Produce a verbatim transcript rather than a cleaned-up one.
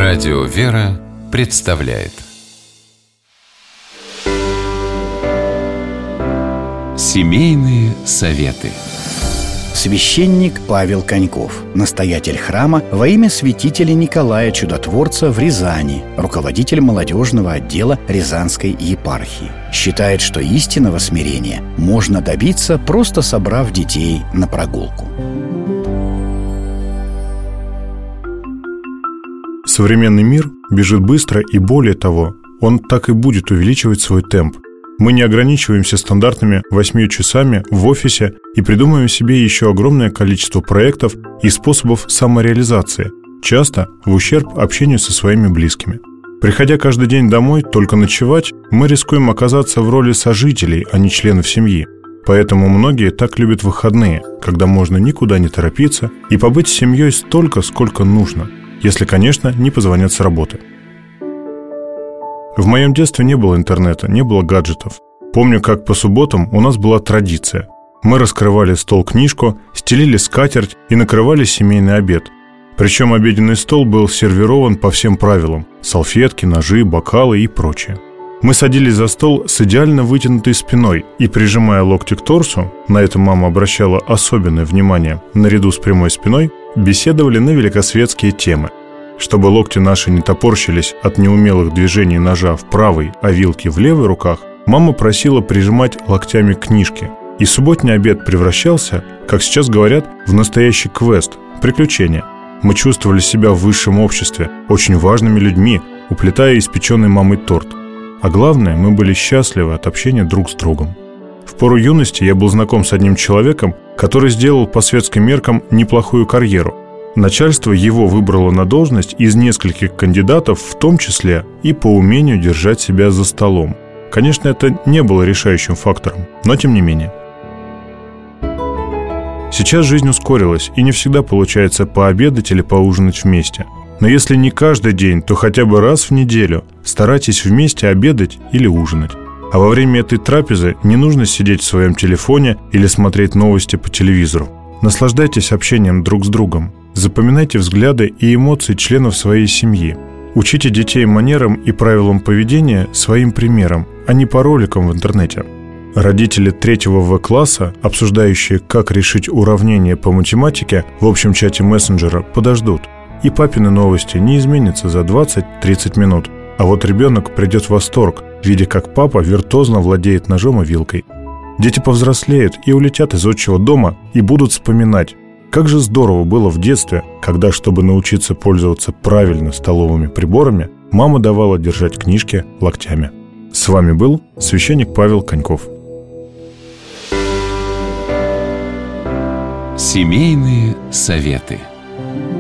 Радио «Вера» представляет Семейные советы. Священник Павел Коньков, настоятель храма во имя святителя Николая Чудотворца в Рязани, руководитель молодежного отдела Рязанской епархии, считает, что истинного смирения можно добиться, просто собрав детей на прогулку. Современный мир бежит быстро, и более того, он так и будет увеличивать свой темп. Мы не ограничиваемся стандартными восьмью часами в офисе и придумываем себе еще огромное количество проектов и способов самореализации, часто в ущерб общению со своими близкими. Приходя каждый день домой только ночевать, мы рискуем оказаться в роли сожителей, а не членов семьи. Поэтому многие так любят выходные, когда можно никуда не торопиться и побыть с семьей столько, сколько нужно, если, конечно, не позвонят с работы. В моем детстве не было интернета, не было гаджетов. Помню, как по субботам у нас была традиция. Мы раскрывали стол-книжку, стелили скатерть и накрывали семейный обед. Причем обеденный стол был сервирован по всем правилам: салфетки, ножи, бокалы и прочее. Мы садились за стол с идеально вытянутой спиной и, прижимая локти к торсу, на это мама обращала особенное внимание, наряду с прямой спиной, беседовали на великосветские темы. Чтобы локти наши не топорщились от неумелых движений ножа в правой, а вилки в левой руках, мама просила прижимать локтями книжки. И субботний обед превращался, как сейчас говорят, в настоящий квест, приключение. Мы чувствовали себя в высшем обществе, очень важными людьми, уплетая испеченный мамой торт. А главное, мы были счастливы от общения друг с другом. В пору юности я был знаком с одним человеком, который сделал по светским меркам неплохую карьеру. Начальство его выбрало на должность из нескольких кандидатов, в том числе и по умению держать себя за столом. Конечно, это не было решающим фактором, но тем не менее. Сейчас жизнь ускорилась, и не всегда получается пообедать или поужинать вместе. Но если не каждый день, то хотя бы раз в неделю старайтесь вместе обедать или ужинать. А во время этой трапезы не нужно сидеть в своем телефоне или смотреть новости по телевизору. Наслаждайтесь общением друг с другом. Запоминайте взгляды и эмоции членов своей семьи. Учите детей манерам и правилам поведения своим примером, а не по роликам в интернете. Родители третьего В-класса, обсуждающие, как решить уравнение по математике в общем чате мессенджера, подождут. И папины новости не изменятся за двадцать-тридцать минут. А вот ребенок придет в восторг, видя, как папа виртуозно владеет ножом и вилкой. Дети повзрослеют и улетят из отчего дома и будут вспоминать, как же здорово было в детстве, когда, чтобы научиться пользоваться правильно столовыми приборами, мама давала держать книжки локтями. С вами был священник Павел Коньков. Семейные советы.